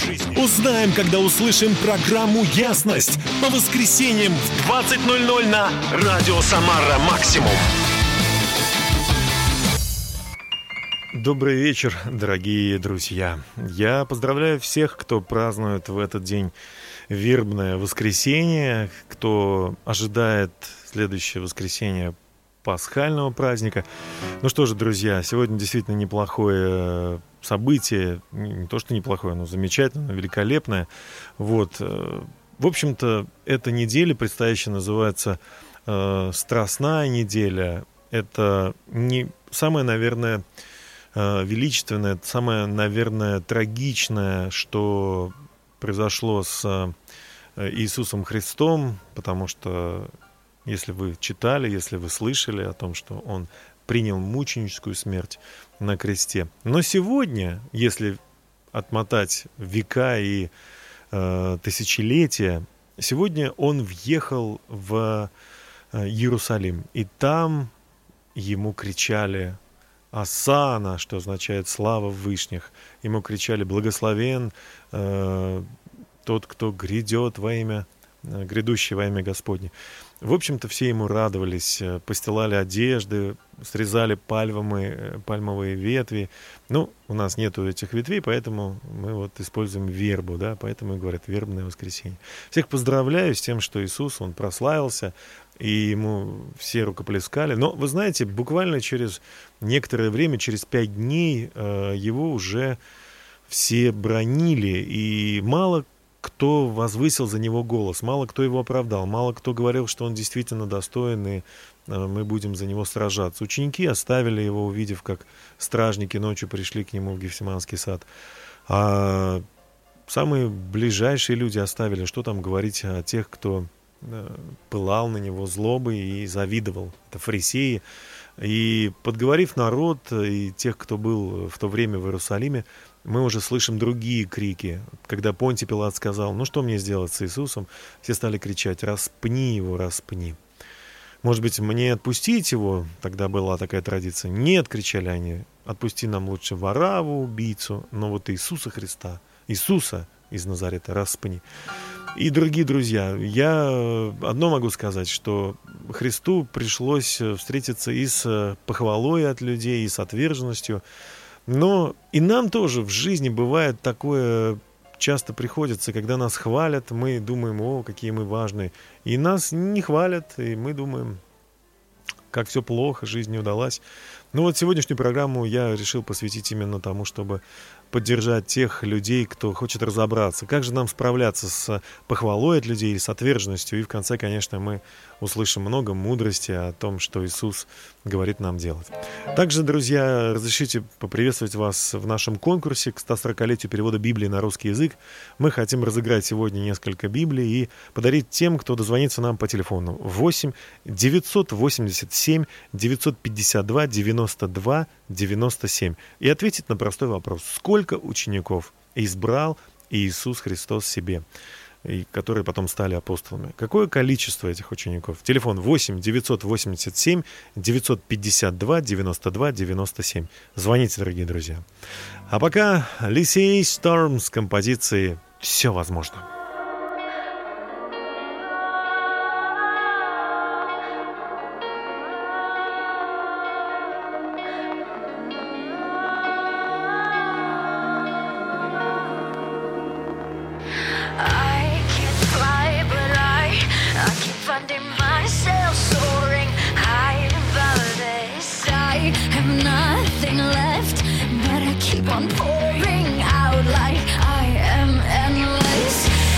Узнаем, когда услышим программу «Ясность» по воскресеньям в 20:00 на Радио Самара Максимум. Добрый вечер, дорогие друзья. Я поздравляю всех, кто празднует в этот день вербное воскресенье, кто ожидает следующее воскресенье пасхального праздника. Ну что же, друзья, сегодня действительно неплохое событие. Не то, что неплохое, но замечательное, великолепное. Вот. В общем-то, эта неделя предстоящая называется Страстная неделя. Это не самое, наверное, величественное, самое, наверное, трагичное, что произошло с Иисусом Христом, потому что если вы читали, если вы слышали о том, что Он принял мученическую смерть на кресте. Но сегодня, если отмотать века и тысячелетия, сегодня Он въехал в Иерусалим, и там Ему кричали «Осанна», что означает «слава в вышних». Ему кричали «Благословен тот, кто грядет во имя, грядущий во имя Господне». В общем-то, все ему радовались, постилали одежды, срезали пальмовые ветви. Ну, у нас нету этих ветвей, поэтому мы вот используем вербу, да, поэтому и говорят «вербное воскресенье». Всех поздравляю с тем, что Иисус, Он прославился, и Ему все рукоплескали. Но, вы знаете, буквально через некоторое время, через 5 дней, Его уже все бранили, и мало кто возвысил за него голос, мало кто его оправдал, мало кто говорил, что он действительно достоин, и мы будем за него сражаться. Ученики оставили его, увидев, как стражники ночью пришли к нему в Гефсиманский сад. А самые ближайшие люди оставили. Что там говорить о тех, кто пылал на него злобой и завидовал? Это фарисеи. И подговорив народ и тех, кто был в то время в Иерусалиме, мы уже слышим другие крики. Когда Понтий Пилат сказал: «Ну что мне сделать с Иисусом?», все стали кричать: «Распни его, распни». Может быть, мне отпустить его? Тогда была такая традиция. «Нет», — кричали они, — «отпусти нам лучше Варавву, убийцу, но вот Иисуса Христа, Иисуса из Назарета распни». И, дорогие друзья, я одно могу сказать, что Христу пришлось встретиться и с похвалой от людей, и с отверженностью. Но и нам тоже в жизни бывает такое, часто приходится, когда нас хвалят, мы думаем: «О, какие мы важные». И нас не хвалят, и мы думаем, как все плохо, жизнь не удалась. Ну вот сегодняшнюю программу я решил посвятить именно тому, чтобы поддержать тех людей, кто хочет разобраться, как же нам справляться с похвалой от людей, с отверженностью. И в конце, конечно, мы услышим много мудрости о том, что Иисус говорит нам делать. Также, друзья, разрешите поприветствовать вас в нашем конкурсе к 140-летию перевода Библии на русский язык. Мы хотим разыграть сегодня несколько Библий и подарить тем, кто дозвонится нам по телефону 8 987 952 92 97 и ответить на простой вопрос: сколько учеников избрал Иисус Христос себе, и которые потом стали апостолами? Какое количество этих учеников? Телефон 8 987 952 92 97. Звоните, дорогие друзья. А пока Лисей Storm с композицией «Все возможно». On pouring out like I am endless.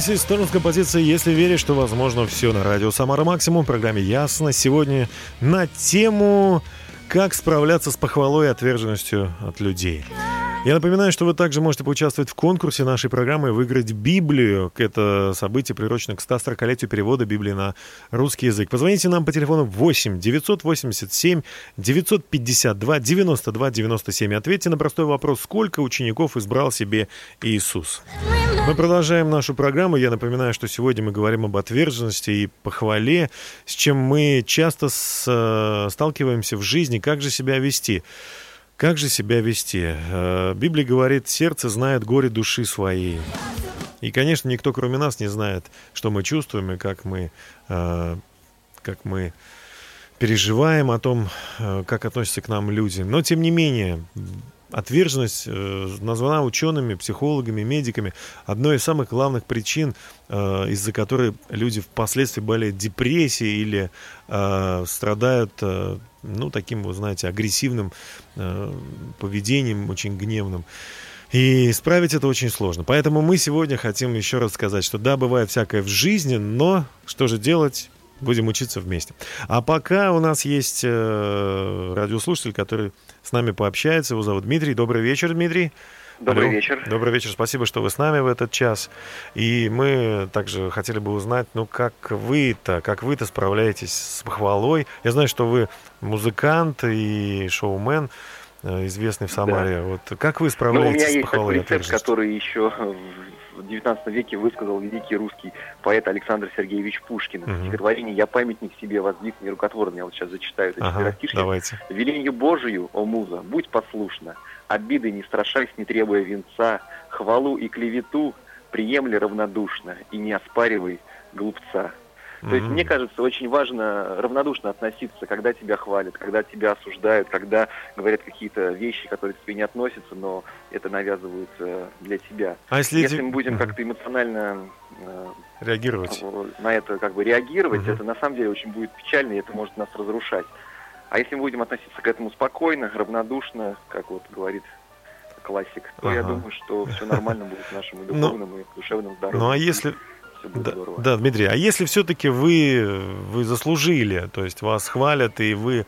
Oasis, Storm с композицией «Если веришь, что возможно все» на радио «Самара Максимум» в программе «Ясно». Сегодня на тему «Как справляться с похвалой и отверженностью от людей». Я напоминаю, что вы также можете поучаствовать в конкурсе нашей программы и выиграть Библию. Это событие приурочено к 140-летию перевода Библии на русский язык. Позвоните нам по телефону 8 987 952 92 97 и ответьте на простой вопрос: сколько учеников избрал себе Иисус? Мы продолжаем нашу программу. Я напоминаю, что сегодня мы говорим об отверженности и похвале, с чем мы часто сталкиваемся в жизни. Как же себя вести? Как же себя вести? Библия говорит, сердце знает горе души своей. И, конечно, никто, кроме нас, не знает, что мы чувствуем и как мы переживаем о том, как относятся к нам люди. Но, тем не менее, отверженность названа учеными, психологами, медиками одной из самых главных причин, из-за которой люди впоследствии болеют депрессией или страдают, таким, вы знаете, агрессивным поведением, очень гневным. И исправить это очень сложно. Поэтому мы сегодня хотим еще раз сказать, что да, бывает всякое в жизни, но что же делать? Будем учиться вместе. А пока у нас есть радиослушатель, который с нами пообщается. Его зовут Дмитрий. Добрый вечер, Дмитрий. Добрый вечер. Добрый вечер. Спасибо, что вы с нами в этот час. И мы также хотели бы узнать, как вы-то справляетесь с похвалой. Я знаю, что вы музыкант и шоумен, известный в Самаре. Да. Вот как вы справляетесь с похвалой? У меня есть такой рецепт, который еще в XIX веке высказал великий русский поэт Александр Сергеевич Пушкин. В стихотворении «Я памятник себе воздвиг нерукотворный». Я вот сейчас зачитаю эти стихи. Давайте. «Веленью Божию, о муза, будь послушна, обиды не страшась, не требуя венца, хвалу и клевету приемли равнодушно и не оспаривай глупца». То есть, мне кажется, очень важно равнодушно относиться, когда тебя хвалят, когда тебя осуждают, когда говорят какие-то вещи, которые к тебе не относятся, но это навязывают для тебя. А если мы будем как-то эмоционально реагировать на это реагировать, это на самом деле очень будет печально, и это может нас разрушать. А если мы будем относиться к этому спокойно, равнодушно, как вот говорит классик, то я думаю, что все нормально будет с нашим духовным и душевным здоровьем. Ну а если... Да, Дмитрий, а если все-таки вы заслужили, то есть вас хвалят, и вы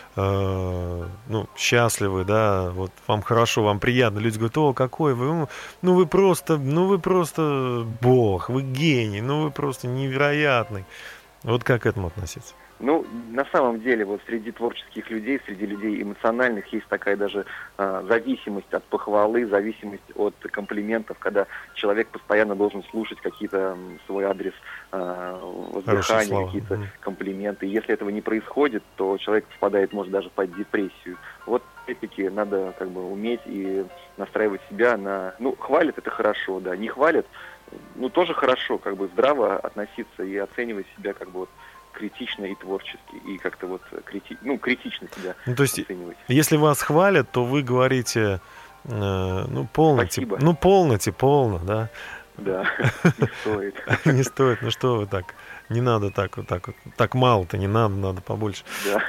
счастливы, да, вот вам хорошо, вам приятно, люди говорят: о, какой вы, вы просто Бог, вы гений, вы просто невероятный. Вот как к этому относиться? На самом деле, вот среди творческих людей, среди людей эмоциональных есть такая даже зависимость от похвалы, зависимость от комплиментов, когда человек постоянно должен слушать какие-то свой адрес воздыхания, какие-то комплименты. И если этого не происходит, то человек впадает, может, даже под депрессию. Вот, опять-таки, надо уметь и настраивать себя на... хвалят — это хорошо, да, не хвалят, тоже хорошо, здраво относиться и оценивать себя критично и творчески, и как-то критично себя оценивать. Если вас хвалят, то вы говорите, полноте, полно, да? Да, не стоит. Не стоит, что вы так, не надо так мало-то, не надо побольше.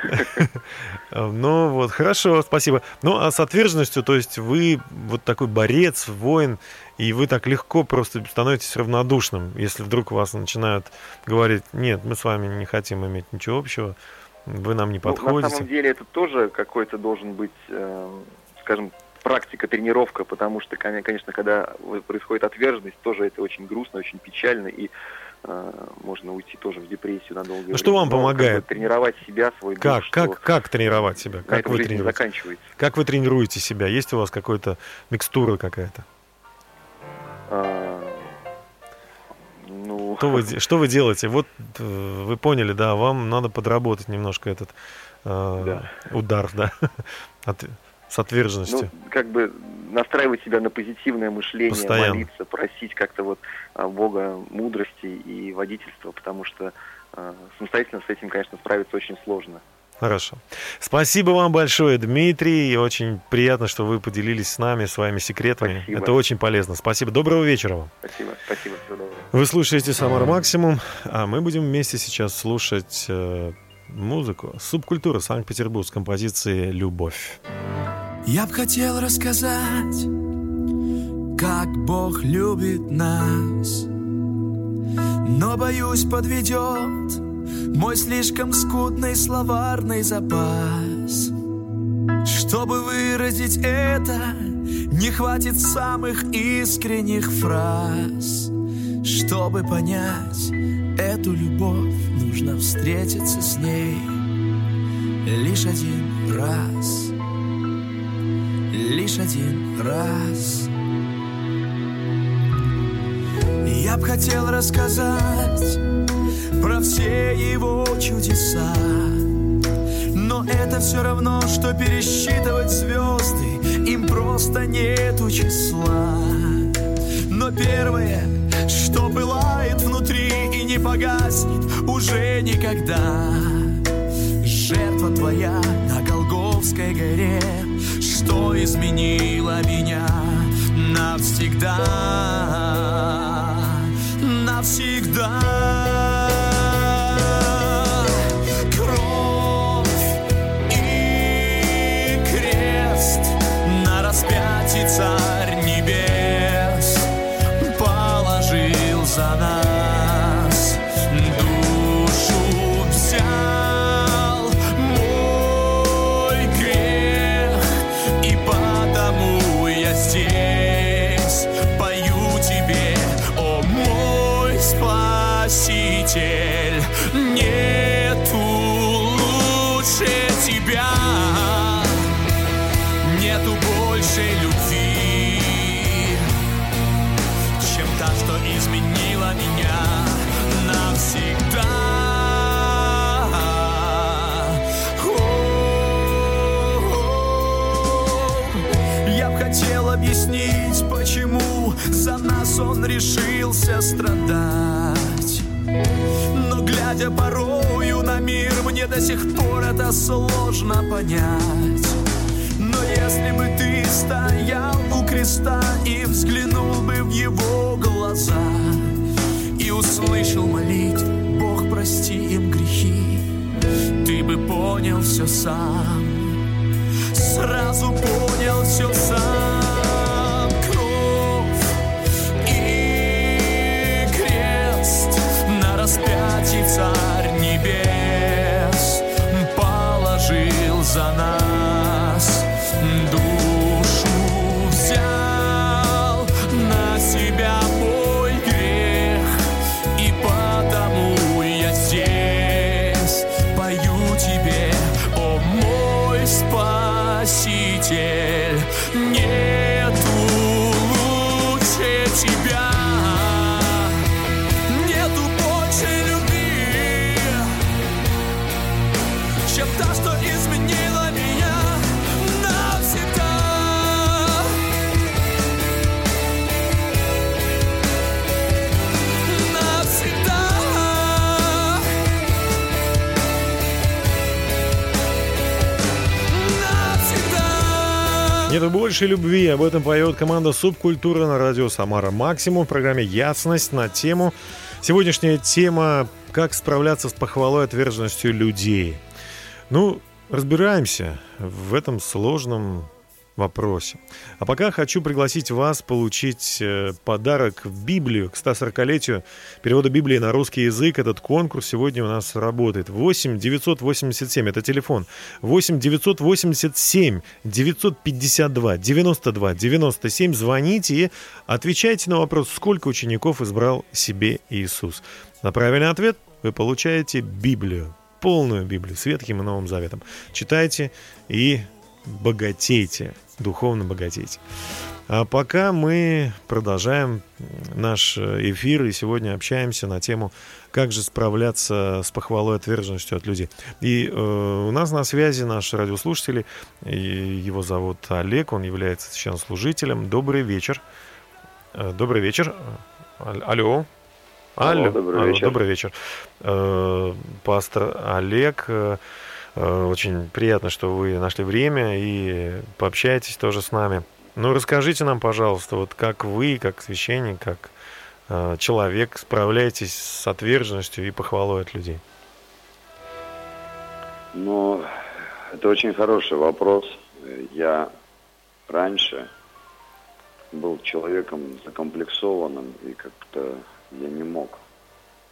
Да. Хорошо, спасибо. А с отверженностью, то есть вы вот такой борец, воин, и вы так легко просто становитесь равнодушным, если вдруг вас начинают говорить: нет, мы с вами не хотим иметь ничего общего, вы нам не подходите. На самом деле это тоже какой-то должен быть, скажем, практика, тренировка, потому что, конечно, когда происходит отверженность, тоже это очень грустно, очень печально, и можно уйти тоже в депрессию надолго. Что вам помогает? Тренировать себя, свой дух. Как тренировать себя? Как вы тренируете? Заканчивается. Как вы тренируете себя? Есть у вас какая-то микстура какая-то? Что вы делаете? Вот вы поняли, да, вам надо подработать немножко этот удар, да, с отверженностью. Настраивать себя на позитивное мышление, постоянно молиться, просить как-то Бога мудрости и водительства, потому что самостоятельно с этим, конечно, справиться очень сложно. Хорошо. Спасибо вам большое, Дмитрий. И очень приятно, что вы поделились с нами своими секретами. Спасибо. Это очень полезно. Спасибо. Доброго вечера вам. Спасибо. Всего доброго. Вы слушаете «Самара Максимум», а мы будем вместе сейчас слушать музыку. Субкультура Санкт-Петербург с композицией «Любовь». Я б хотел рассказать, как Бог любит нас, но, боюсь, подведет мой слишком скудный словарный запас. Чтобы выразить это, не хватит самых искренних фраз. Чтобы понять эту любовь, нужно встретиться с ней лишь один раз. Лишь один раз. Я б хотел рассказать про все его чудеса, но это все равно, что пересчитывать звезды, им просто нету числа. Но первое, что пылает внутри и не погаснет уже никогда, жертва твоя на Голгофской горе, что изменила меня навсегда, навсегда. Кровь и крест, на распятии Царь Небес положил за нас, душу взял мой грех, и потому я здесь пою тебе, о мой Спаситель. Нету лучше тебя, нету больше любви, чем та, что изменила меня навсегда. Я б хотел объяснить, почему за нас он решился страдать, но глядя порою на мир, мне до сих пор это сложно понять. Но если бы ты стоял у креста и взглянул бы в его глаза и услышал молитву: Бог, прости им грехи, ты бы понял все сам, сразу понял все сам. Кровь и крест, на распятии Царь Небес положил за нас, душу взял на себя мой грех, и потому я здесь пою тебе, о мой Спаситель. Нету лучше тебя, нету больше любви, чем та, что изменила меня навсегда. Навсегда. Навсегда. Нету больше любви. Об этом поет команда «Субкультура» на радио «Самара Максимум» в программе «Ясность» на тему. Сегодняшняя тема – как справляться с похвалой и отверженностью людей. Ну, разбираемся в этом сложном вопросе. А пока хочу пригласить вас получить подарок в Библию к 140-летию перевода Библии на русский язык. Этот конкурс сегодня у нас работает. 8 987, это телефон. 8 987 952 92 97. Звоните и отвечайте на вопрос, сколько учеников избрал себе Иисус. На правильный ответ вы получаете Библию. Полную Библию с Ветхим и Новым Заветом. Читайте и богатейте, духовно богатейте. А пока мы продолжаем наш эфир и сегодня общаемся на тему, как же справляться с похвалой и отверженностью от людей. И у нас на связи наш радиослушатель, его зовут Олег, он является священнослужителем. Добрый вечер. Добрый вечер. Алло. Алло, добрый вечер. Пастор Олег, очень приятно, что вы нашли время и пообщаетесь тоже с нами. Ну, расскажите нам, пожалуйста, вот как вы, как священник, как человек, справляетесь с отверженностью и похвалой от людей? Ну, это очень хороший вопрос. Я раньше был человеком закомплексованным, и как-то я не мог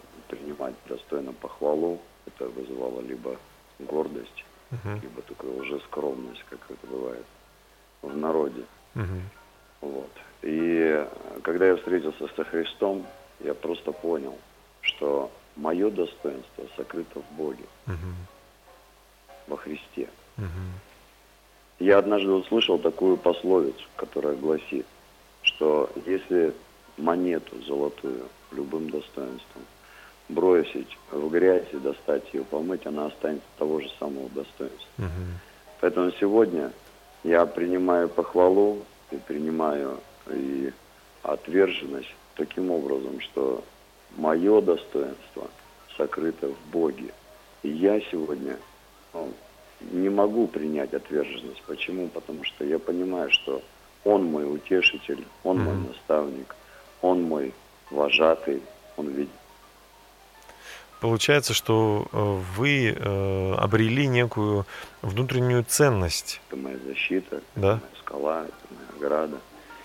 принимать достойно похвалу, это вызывало либо гордость, либо такую лжескромность, как это бывает в народе. Вот. И когда я встретился со Христом, я просто понял, что мое достоинство сокрыто в Боге, во Христе. Я однажды услышал такую пословицу, которая гласит, что если монету золотую любым достоинством бросить в грязь и достать ее, помыть, она останется того же самого достоинства. Поэтому сегодня я принимаю похвалу и принимаю и отверженность таким образом, что мое достоинство сокрыто в Боге. И я сегодня не могу принять отверженность. Почему? Потому что я понимаю, что Он мой утешитель, Он мой наставник, Он мой вожатый, Он видит. Получается, что вы обрели некую внутреннюю ценность. Это моя защита, это да? моя скала, это моя ограда.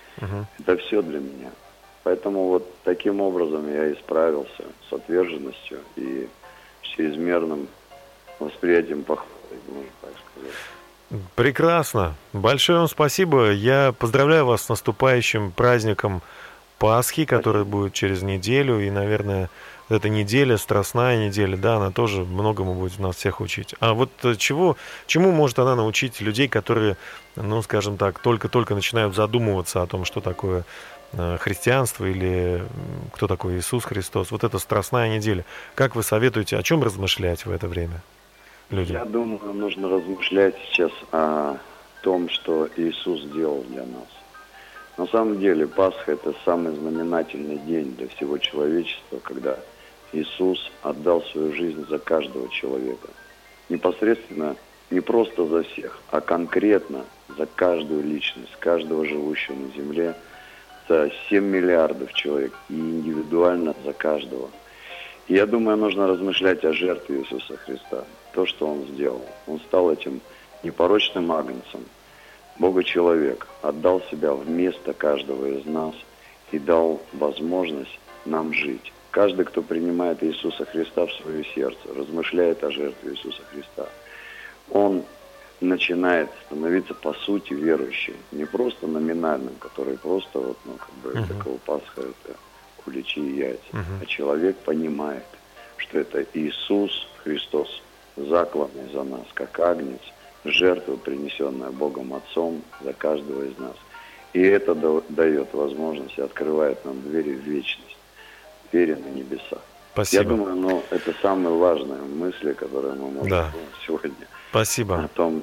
Это все для меня. Поэтому вот таким образом я и справился с отверженностью и чрезмерным восприятием похвалы, можно так сказать. Прекрасно. Большое вам спасибо. Я поздравляю вас с наступающим праздником Пасхи, который будет через неделю. И, наверное, эта неделя, страстная неделя, да, она тоже многому будет нас всех учить. А вот чему может она научить людей, которые, ну, скажем так, только-только начинают задумываться о том, что такое христианство или кто такой Иисус Христос? Вот эта страстная неделя. Как вы советуете, о чем размышлять в это время людям? Я думаю, нужно размышлять сейчас о том, что Иисус сделал для нас. На самом деле Пасха – это самый знаменательный день для всего человечества, когда Иисус отдал свою жизнь за каждого человека. Непосредственно не просто за всех, а конкретно за каждую личность, каждого живущего на земле, за 7 миллиардов человек и индивидуально за каждого. И я думаю, нужно размышлять о жертве Иисуса Христа, то, что Он сделал. Он стал этим непорочным агнцем. Бога-человек отдал себя вместо каждого из нас и дал возможность нам жить. Каждый, кто принимает Иисуса Христа в свое сердце, размышляет о жертве Иисуса Христа, он начинает становиться по сути верующим, не просто номинальным, который просто вот, ну, как бы, это колпасха, это куличи и яйца. А человек понимает, что это Иисус Христос, закланный за нас, как агнец, жертва, принесенная Богом Отцом за каждого из нас. И это дает возможность и открывает нам двери в вечность, двери на небеса. Спасибо. Я думаю, это самые важные мысли, которые мы можем думать сегодня. Спасибо.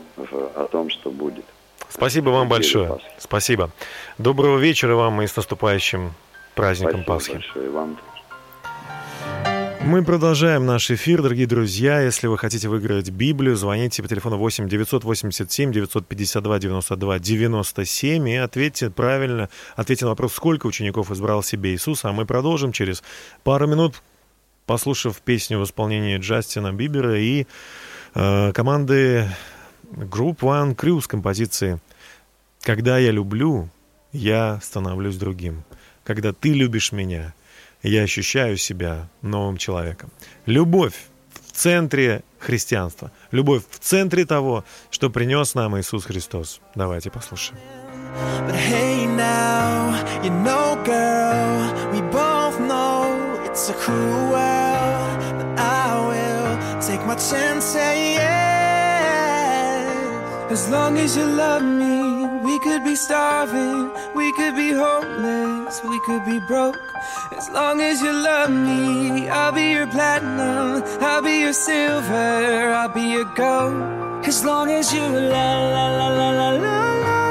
О том, что будет. Спасибо вам большое. Пасхи. Спасибо. Доброго вечера вам и с наступающим праздником Спасибо Пасхи. большое, и вам. Мы продолжаем наш эфир, дорогие друзья. Если вы хотите выиграть Библию, звоните по телефону 8 987 952 92 97 и ответьте правильно. Ответьте на вопрос, сколько учеников избрал себе Иисус. А мы продолжим через пару минут, послушав песню в исполнении Джастина Бибера и команды Group One Crew с композицией «Когда я люблю, я становлюсь другим. Когда ты любишь меня, я ощущаю себя новым человеком». Любовь в центре христианства. Любовь в центре того, что принес нам Иисус Христос. Давайте послушаем. But hey now, you know, girl, we both know it's a cruel world, but I will take my chance, say yes. As long as you love me, we could be starving, we could be homeless, we could be broke. As long as you love me, I'll be your platinum, I'll be your silver, I'll be your gold. As long as you la la la la la la.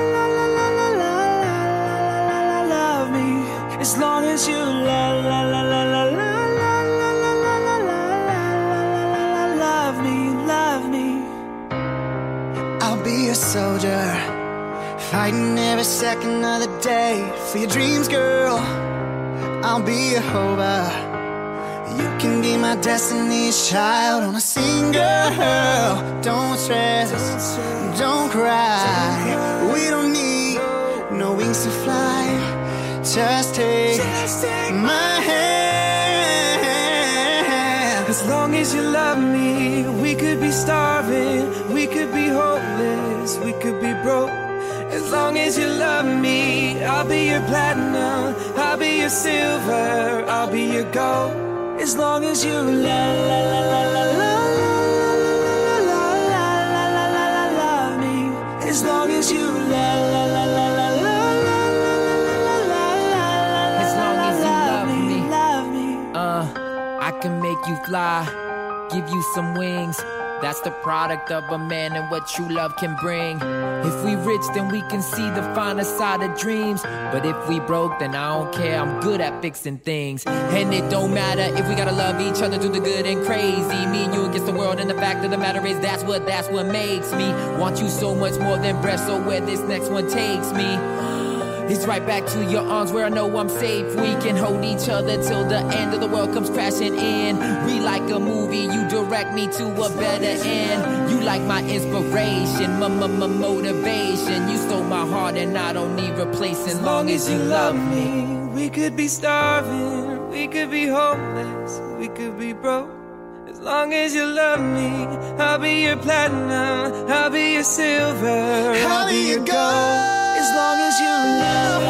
As long as you la la la la la la love me. I'll be a soldier, fighting every second of the day for your dreams, girl. I'll be Jehovah. You can be my destiny's child on a single. Don't stress, don't cry. We don't need no wings to fly. Just take my hand. As long as you love me, we could be starving, we could be homeless, we could be broke. As long as you love me, I'll be your platinum, I'll be your silver, I'll be your gold. As long as you love me, as long as you I can make you fly, give you some wings. That's the product of a man and what true love can bring. If we rich, then we can see the finer side of dreams. But if we broke, then I don't care, I'm good at fixing things. And it don't matter if we gotta love each other through the good and crazy. Me and you against the world, and the fact of the matter is that's what makes me want you so much more than breath. So where this next one takes me, it's right back to your arms where I know I'm safe. We can hold each other till the end of the world comes crashing in. We like a movie, you direct me to a better end. You like my inspiration, motivation. You stole my heart and I don't need replacing. As long as you love me, we could be starving, we could be homeless, we could be broke. As long as you love me, I'll be your platinum, I'll be your silver, I'll be your gold. As long as you love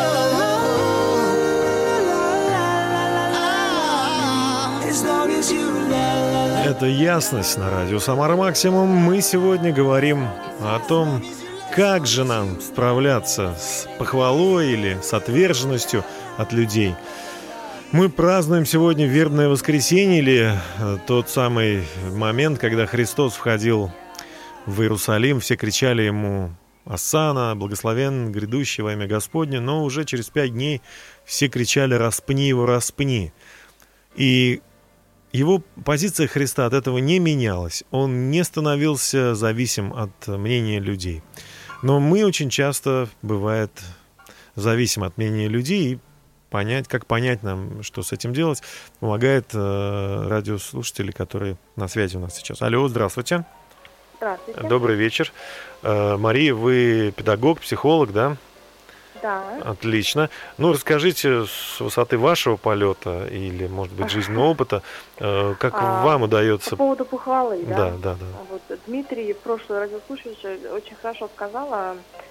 me, as long as you love. Это ясность на радио «Самара Максимум». Мы сегодня говорим о том, как же нам справляться с похвалой или с отверженностью от людей. Мы празднуем сегодня вербное воскресенье, или тот самый момент, когда Христос входил в Иерусалим, все кричали ему «Осанна, благословен грядущий во имя Господне», но уже через 5 дней все кричали «Распни его, распни». И его позиция Христа от этого не менялась. Он не становился зависим от мнения людей. Но мы очень часто, бывает, зависим от мнения людей, и как понять нам, что с этим делать, помогает радиослушатели, которые на связи у нас сейчас. Алло, здравствуйте. Здравствуйте. Добрый вечер. Мария, вы педагог, психолог, да? Да. Отлично. Ну, расскажите с высоты вашего полета или, может быть, жизненного опыта, как вам удается... По поводу похвалы, да? Да. Вот Дмитрий, прошлый радиослушатель, очень хорошо сказала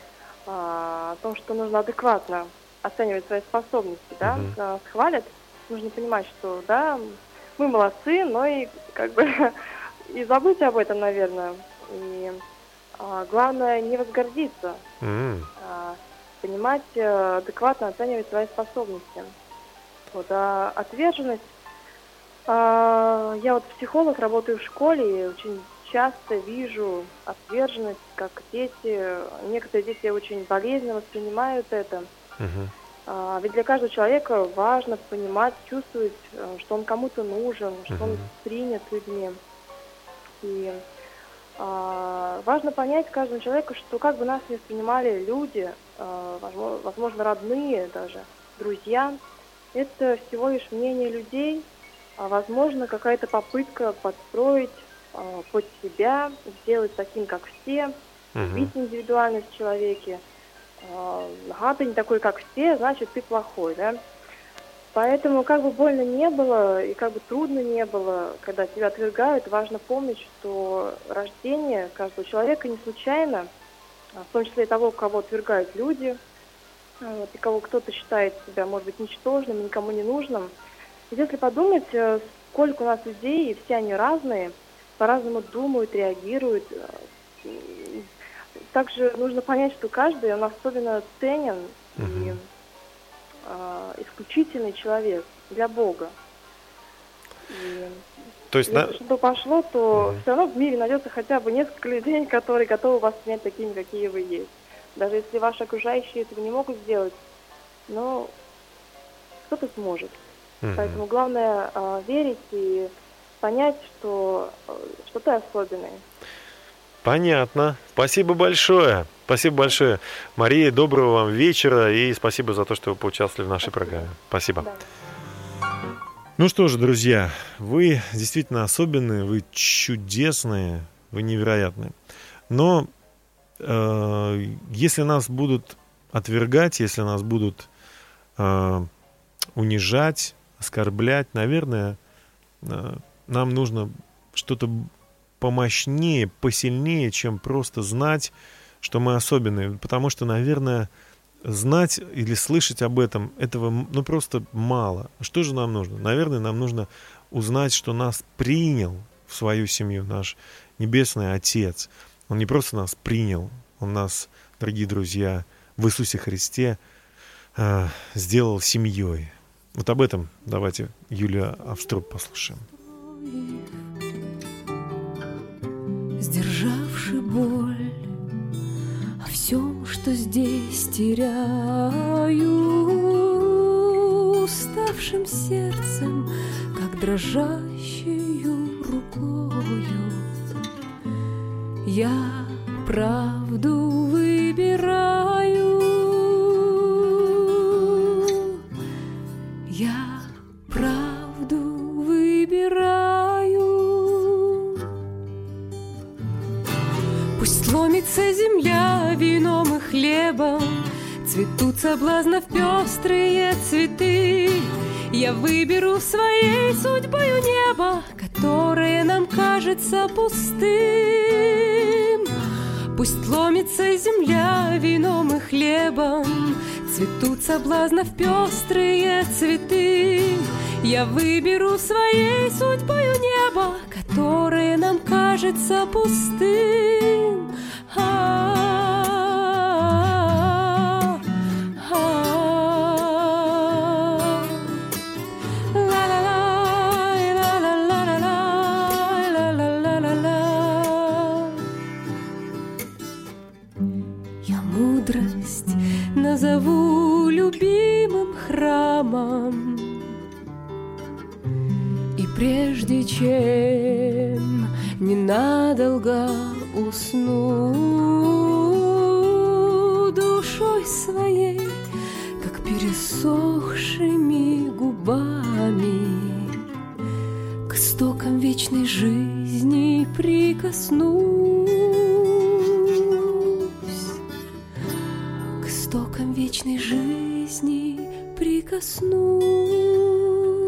о том, что нужно адекватно оценивать свои способности, да? Нас хвалят, нужно понимать, что, да, мы молодцы, но и как бы и забыть об этом, наверное. И главное не возгордиться, понимать, адекватно оценивать свои способности. Вот, а отверженность, я вот психолог, работаю в школе, и очень часто вижу отверженность, как некоторые дети очень болезненно воспринимают это. Ведь для каждого человека важно понимать, чувствовать, что он кому-то нужен, что он принят людьми. И важно понять каждому человеку, что как бы нас не воспринимали люди, возможно, родные даже, друзья, это всего лишь мнение людей, а возможно, какая-то попытка подстроить под себя, сделать таким, как все, убить индивидуальность в человеке. Ага, ты не такой, как все, значит, ты плохой, да? Поэтому, как бы больно не было и как бы трудно не было, когда тебя отвергают, важно помнить, что рождение каждого человека не случайно, в том числе и того, кого отвергают люди, и кого кто-то считает себя, может быть, ничтожным, никому не нужным. И если подумать, сколько у нас людей, и все они разные, по-разному думают, реагируют. Также нужно понять, что каждый, он особенно ценен и исключительный человек для Бога. И то есть, если что пошло, то все равно в мире найдется хотя бы несколько людей, которые готовы вас принять такими, какие вы есть. Даже если ваши окружающие этого не могут сделать, но кто-то сможет. Поэтому главное верить и понять, что ты особенный. Понятно. Спасибо большое. Спасибо большое. Мария, доброго вам вечера и спасибо за то, что вы поучаствовали в нашей программе. Спасибо. Да. Ну что же, друзья, вы действительно особенные, вы чудесные, вы невероятные. Но если нас будут отвергать, если нас будут унижать, оскорблять, наверное, нам нужно что-то помощнее, посильнее, чем просто знать, что мы особенные. Потому что, наверное, знать или слышать об этом, этого просто мало. Что же нам нужно? Наверное, нам нужно узнать, что нас принял в свою семью наш Небесный Отец. Он не просто нас принял, Он нас, дорогие друзья, в Иисусе Христе сделал семьей. Вот об этом давайте Юлия Авструб послушаем. Сдержавши боль о всем, что здесь теряю, уставшим сердцем, как дрожащую рукою, я правду выбираю. Я правду выбираю. Пусть ломится земля вином и хлебом, цветут соблазнов пестрые цветы. Я выберу своей судьбою небо, которое нам кажется пустым. Пусть ломится земля вином и хлебом, цветут соблазнов пестрые цветы. Я выберу своей судьбою небо, которое нам кажется пустым. Я мудрость назову любимым храмом, и прежде чем ненадолго усну, душой своей, как пересохшими губами, к истокам вечной жизни прикоснусь, к истокам вечной жизни прикоснусь.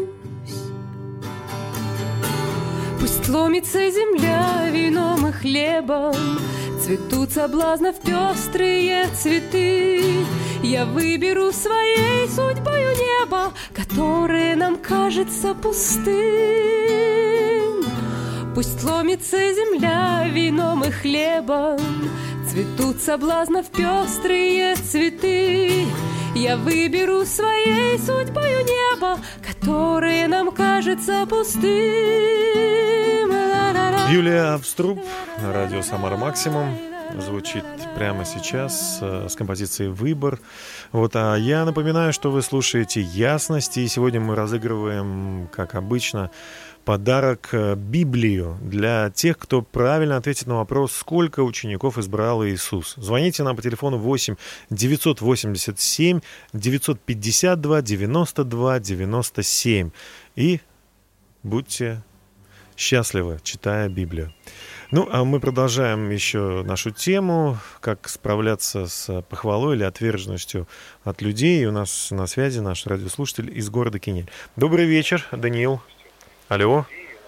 Пусть ломится земля вином и хлебом, цветут соблазнов пестрые цветы. Я выберу своей судьбою небо, которое нам кажется пустым. Пусть ломится земля вином и хлебом, цветут соблазнов пестрые цветы. Я выберу своей судьбою небо, которое нам кажется пустым. Юлия Авструб на радио «Самара Максимум» звучит прямо сейчас с композицией «Выбор». А я напоминаю, что вы слушаете «Ясность», и сегодня мы разыгрываем, как обычно, подарок Библию для тех, кто правильно ответит на вопрос, сколько учеников избрал Иисус. Звоните нам по телефону 8 987 952 92 97 и будьте счастливы, читая Библию. А мы продолжаем еще нашу тему, как справляться с похвалой или отверженностью от людей. И у нас на связи наш радиослушатель из города Кинель. Добрый вечер, Даниил. Алло.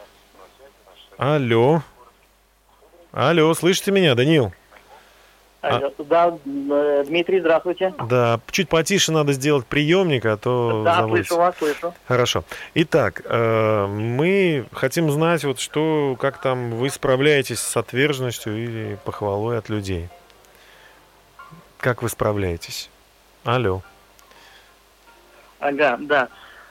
Алло. Алло, слышите меня, Даниил? Да, Дмитрий, здравствуйте. Да, чуть потише надо сделать приемник, а то да, заводится. Слышу вас, слышу. Хорошо. Итак, мы хотим знать, как там вы справляетесь с отверженностью или похвалой от людей. Как вы справляетесь? Алло. Ага, да.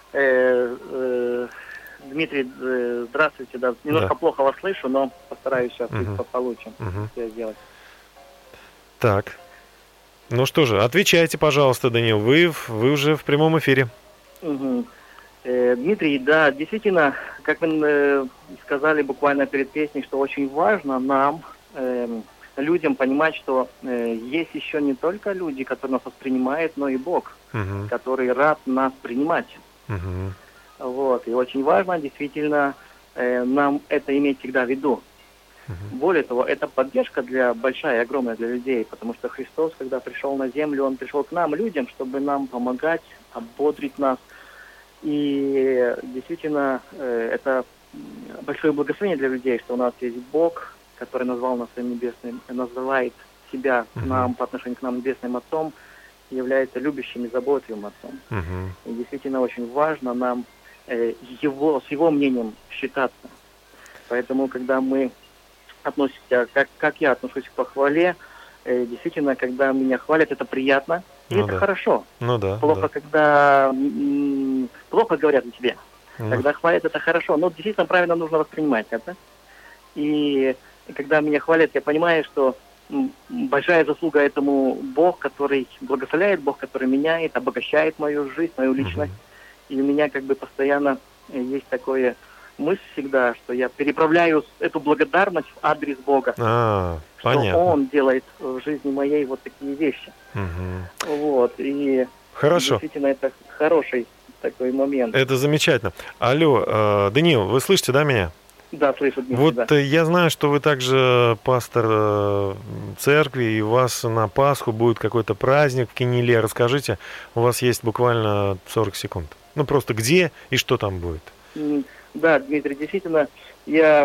Дмитрий, здравствуйте. Да. Немножко плохо вас слышу, но постараюсь сейчас получше сделать. Так. Ну что же, отвечайте, пожалуйста, Даниил. Вы уже в прямом эфире. Дмитрий, да, действительно, как вы сказали буквально перед песней, что очень важно нам, людям, понимать, что есть еще не только люди, которые нас воспринимают, но и Бог, который рад нас принимать. И очень важно действительно нам это иметь всегда в виду. Более того, это поддержка большая, огромная для людей, потому что Христос, когда пришел на землю, Он пришел к нам, людям, чтобы нам помогать, ободрить нас. И действительно, об большое благословение для людей, что у нас есть Бог, который назвал нас своим небесным, называет себя к нам по отношению к нам небесным Отцом, является любящим и заботливым Отцом. И действительно очень важно нам с его мнением считаться. Поэтому, когда мы относимся, как я отношусь к похвале, действительно, когда меня хвалят, это приятно, и это хорошо. Плохо, когда плохо говорят о тебе. Когда хвалят, это хорошо. Но действительно правильно нужно воспринимать это. И когда меня хвалят, я понимаю, что большая заслуга этому Бог, который благословляет, Бог, который меняет, обогащает мою жизнь, мою личность. И у меня как бы постоянно есть такое мысль всегда, что я переправляю эту благодарность в адрес Бога. Что понятно. Он делает в жизни моей вот такие вещи. Вот. И действительно это хороший такой момент. Это замечательно. Алло, Даниил, вы слышите, да, меня? Да, слышу. Дмитрий, вот да. Я знаю, что вы также пастор церкви, и у вас на Пасху будет какой-то праздник в Кинеле. Расскажите, у вас есть буквально 40 секунд. Ну, просто где и что там будет? Да, Дмитрий, действительно, я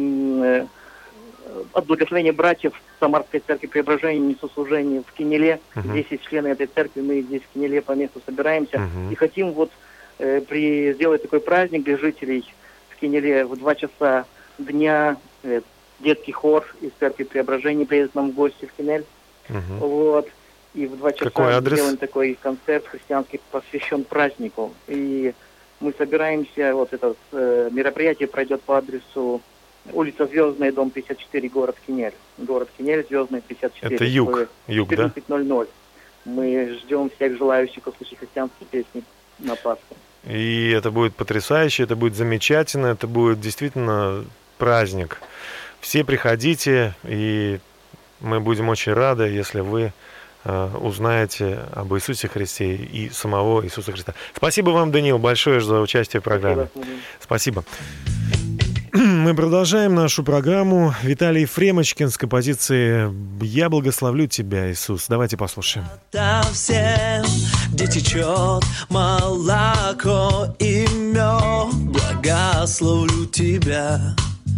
от благословения братьев Самарской церкви Преображения несу служение в Кинеле. Здесь есть члены этой церкви, мы здесь в Кинеле по месту собираемся. И хотим вот сделать такой праздник для жителей в Кинеле в 2 часа дня. Детский хор из церкви Преображения приедет нам в гости в Кинель. Вот. И в 2 часа сделаем такой концерт христианский, посвящен празднику. И мы собираемся, вот это мероприятие пройдет по адресу улица Звездная, дом 54, город Кинель. Город Кинель, Звездная, 54. Это юг, да? 14:00. Мы ждем всех желающих услышать христианские песни на Пасху. И это будет потрясающе, это будет замечательно, это будет действительно праздник. Все приходите, и мы будем очень рады, если вы узнаете об Иисусе Христе и самого Иисуса Христа. Спасибо вам, Даниил, большое за участие в программе. Спасибо. Мы продолжаем нашу программу. Виталий Фремочкин с композицией «Я благословлю тебя, Иисус». Давайте послушаем. Там всем, где течет молоко и мед, благословлю тебя.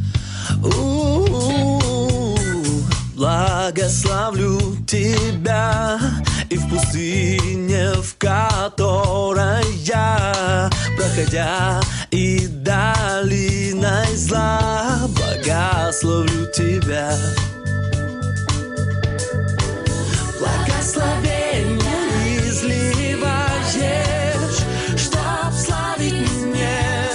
Благословлю тебя и в пустыне, в которой я, проходя и долиной зла, благословлю тебя. Благословение изливаешь, чтоб славить мне,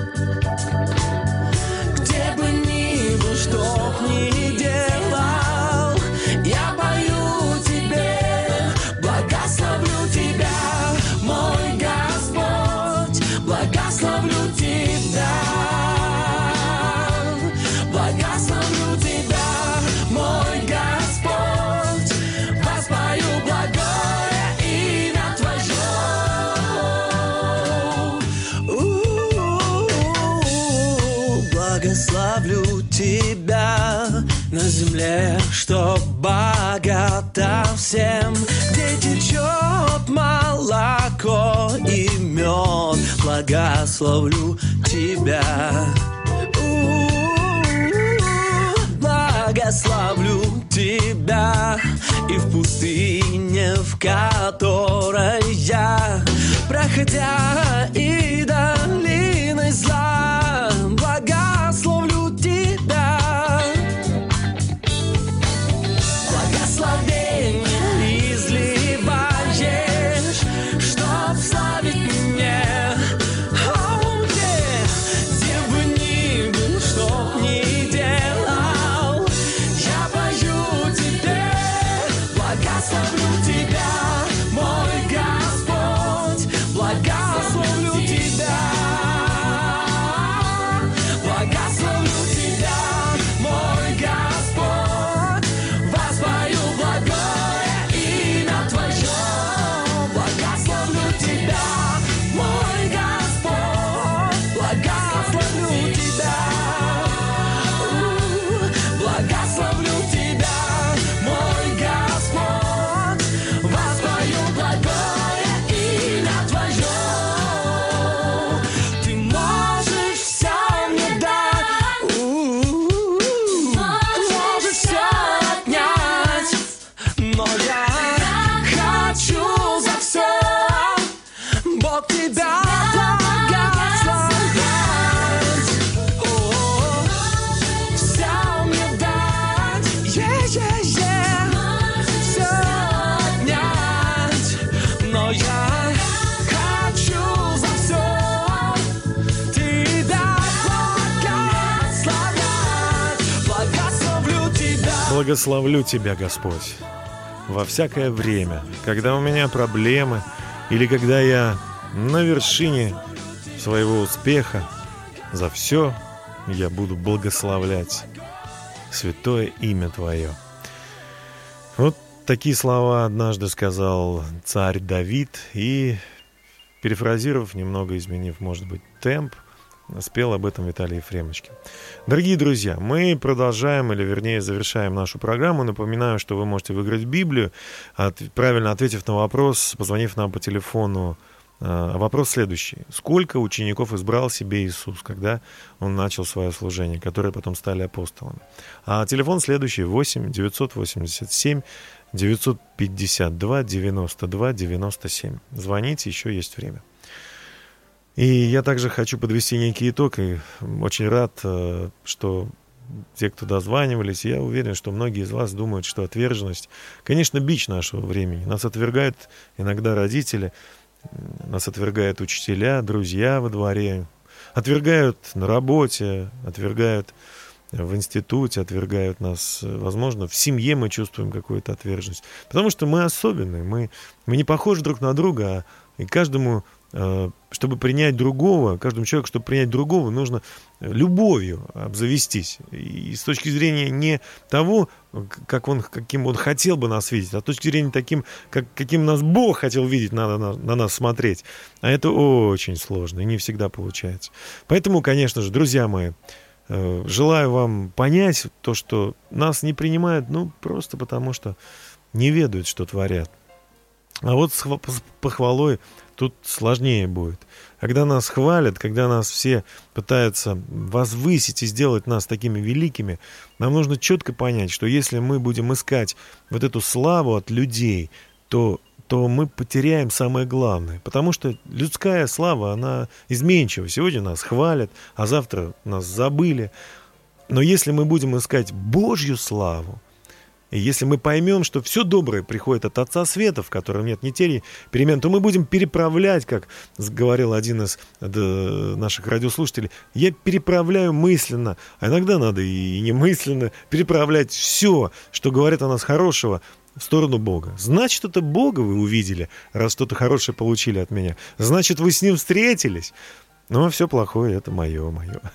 где бы ни был, чтоб ни делал, я пою тебе, благословлю тебя, мой Господь, благословлю тебя, благословлю тебя, мой Господь, воспою благое имя Твое. Благословлю тебя на земле, что богата всем, где течет молоко и мед, благословлю тебя. Благословлю тебя и в пустыне, в которой я, проходя и долиной зла, благословлю тебя. Благословение изливаешь, чтоб славить мне. Где бы ни был, чтоб ни делал, я пою тебе, благословлю тебя, мой Господь, благословлю тебя. Благословлю Тебя, Господь, во всякое время, когда у меня проблемы или когда я на вершине своего успеха. За все я буду благословлять святое имя Твое. Вот такие слова однажды сказал царь Давид, и, перефразировав, немного изменив, может быть, темп, спел об этом Виталий Ефремочкин. Дорогие друзья, мы продолжаем, или вернее завершаем нашу программу. Напоминаю, что вы можете выиграть Библию, правильно ответив на вопрос, позвонив нам по телефону. Вопрос следующий. Сколько учеников избрал себе Иисус, когда Он начал свое служение, которые потом стали апостолами? А телефон следующий. 8 987 952 92 97. Звоните, еще есть время. И я также хочу подвести некий итог, и очень рад, что те, кто дозванивались, я уверен, что многие из вас думают, что отверженность, конечно, бич нашего времени. Нас отвергают иногда родители, нас отвергают учителя, друзья во дворе, отвергают на работе, отвергают в институте, отвергают нас, возможно, в семье мы чувствуем какую-то отверженность. Потому что мы особенные, мы не похожи друг на друга, и каждому, чтобы принять другого, каждому человеку, чтобы принять другого, нужно любовью обзавестись. И с точки зрения не того, каким он хотел бы нас видеть, а с точки зрения таким, каким нас Бог хотел видеть, надо на нас смотреть. А это очень сложно и не всегда получается. Поэтому, конечно же, друзья мои, желаю вам понять то, что нас не принимают, просто потому что не ведают, что творят. А вот с похвалой тут сложнее будет. Когда нас хвалят, когда нас все пытаются возвысить и сделать нас такими великими, нам нужно четко понять, что если мы будем искать вот эту славу от людей, то мы потеряем самое главное. Потому что людская слава, она изменчива. Сегодня нас хвалят, а завтра нас забыли. Но если мы будем искать Божью славу, и если мы поймем, что все доброе приходит от Отца Света, в котором нет ни тени, ни перемен, то мы будем переправлять, как говорил один из наших радиослушателей, я переправляю мысленно, а иногда надо и немысленно переправлять все, что говорит о нас хорошего, в сторону Бога. Значит, это Бога вы увидели, раз что-то хорошее получили от меня. Значит, вы с Ним встретились. Ну, а все плохое — это мое.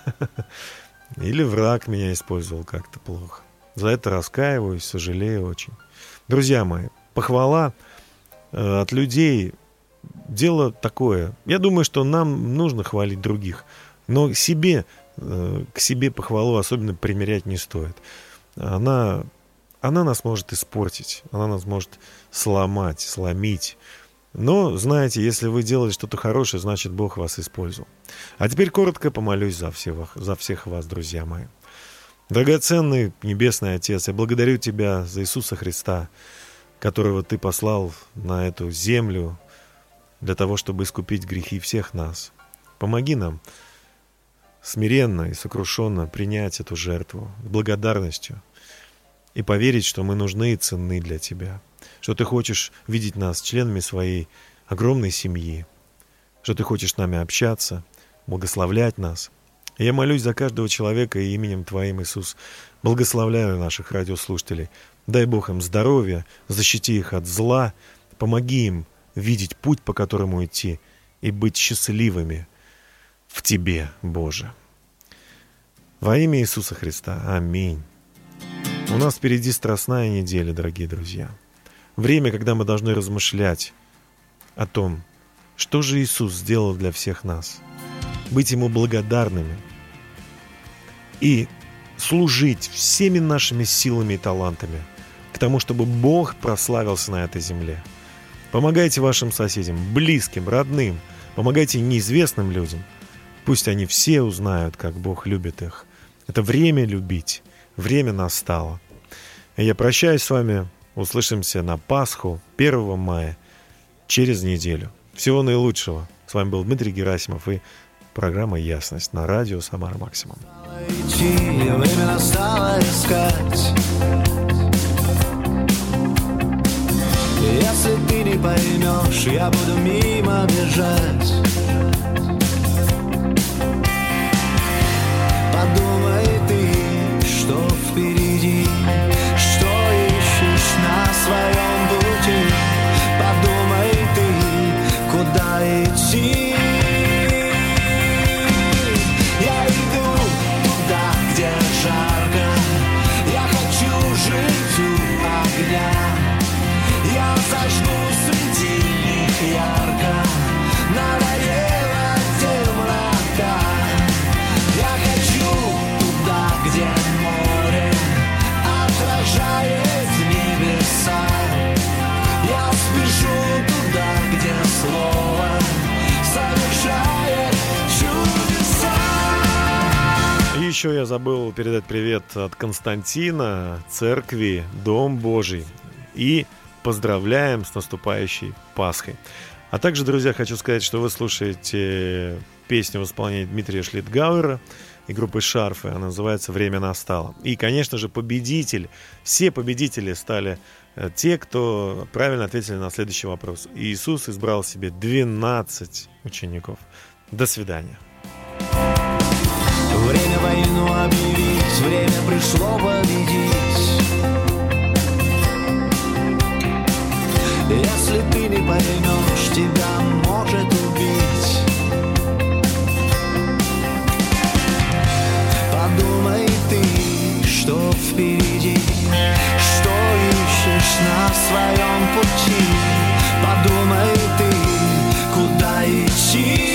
Или враг меня использовал как-то плохо. За это раскаиваюсь, сожалею очень. Друзья мои, похвала от людей — дело такое. Я думаю, что нам нужно хвалить других, но к себе похвалу особенно примерять не стоит. Она нас может испортить, она нас может сломить. Но, знаете, если вы делали что-то хорошее, значит, Бог вас использовал. А теперь коротко помолюсь за всех вас, друзья мои. Драгоценный Небесный Отец, я благодарю Тебя за Иисуса Христа, которого Ты послал на эту землю для того, чтобы искупить грехи всех нас. Помоги нам смиренно и сокрушенно принять эту жертву с благодарностью и поверить, что мы нужны и ценны для Тебя, что Ты хочешь видеть нас членами своей огромной семьи, что Ты хочешь с нами общаться, благословлять нас. И я молюсь за каждого человека и именем Твоим, Иисус, благословляю наших радиослушателей. Дай Бог им здоровья, защити их от зла, помоги им видеть путь, по которому идти, и быть счастливыми в Тебе, Боже. Во имя Иисуса Христа. Аминь. У нас впереди страстная неделя, дорогие друзья. Время, когда мы должны размышлять о том, что же Иисус сделал для всех нас. Быть Ему благодарными и служить всеми нашими силами и талантами к тому, чтобы Бог прославился на этой земле. Помогайте вашим соседям, близким, родным, помогайте неизвестным людям. Пусть они все узнают, как Бог любит их. Это время любить, время настало. И я прощаюсь с вами, услышимся на Пасху 1 мая через неделю. Всего наилучшего. С вами был Дмитрий Герасимов и программа «Ясность» на радио «Самара Максимум». Время настало искать. Если ты не поймешь, я буду мимо бежать. Подумай ты, что впереди, что еще я забыл передать привет от Константина, церкви Дом Божий. И поздравляем с наступающей Пасхой. А также, друзья, хочу сказать, что вы слушаете песню в исполнении Дмитрия Шлитгауэра и группы «Шарфы». Она называется «Время настало». И, конечно же, победитель. Все победители стали те, кто правильно ответили на следующий вопрос. Иисус избрал себе 12 учеников. До свидания. Время войну объявить, время пришло победить. Если ты не поймешь, тебя может убить. Подумай ты, что впереди, что ищешь на своем пути. Подумай ты, куда идти.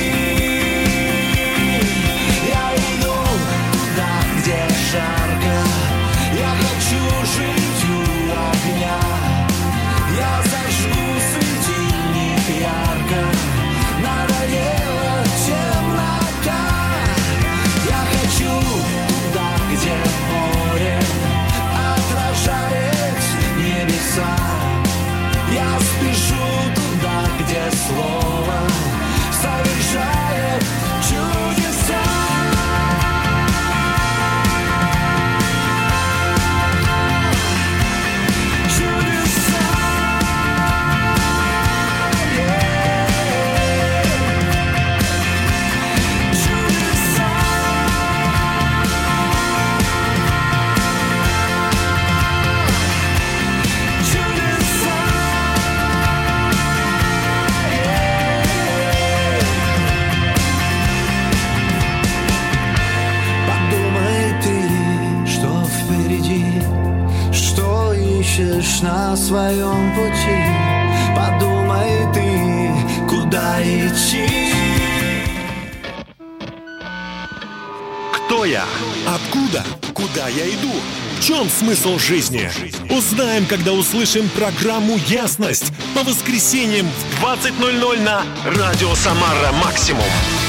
Я иду туда, где жарко. Я хочу жить у огня. Я зажгу светильник ярко. Надоела темнота. Я хочу туда, где море отражает небеса. Я спешу туда, где слово совершает чудеса. На своем пути подумай ты, куда идти. Кто я? Откуда? Куда я иду? В чем смысл жизни? Узнаем, когда услышим программу «Ясность» по воскресеньям в 20:00 на Радио Самара Максимум.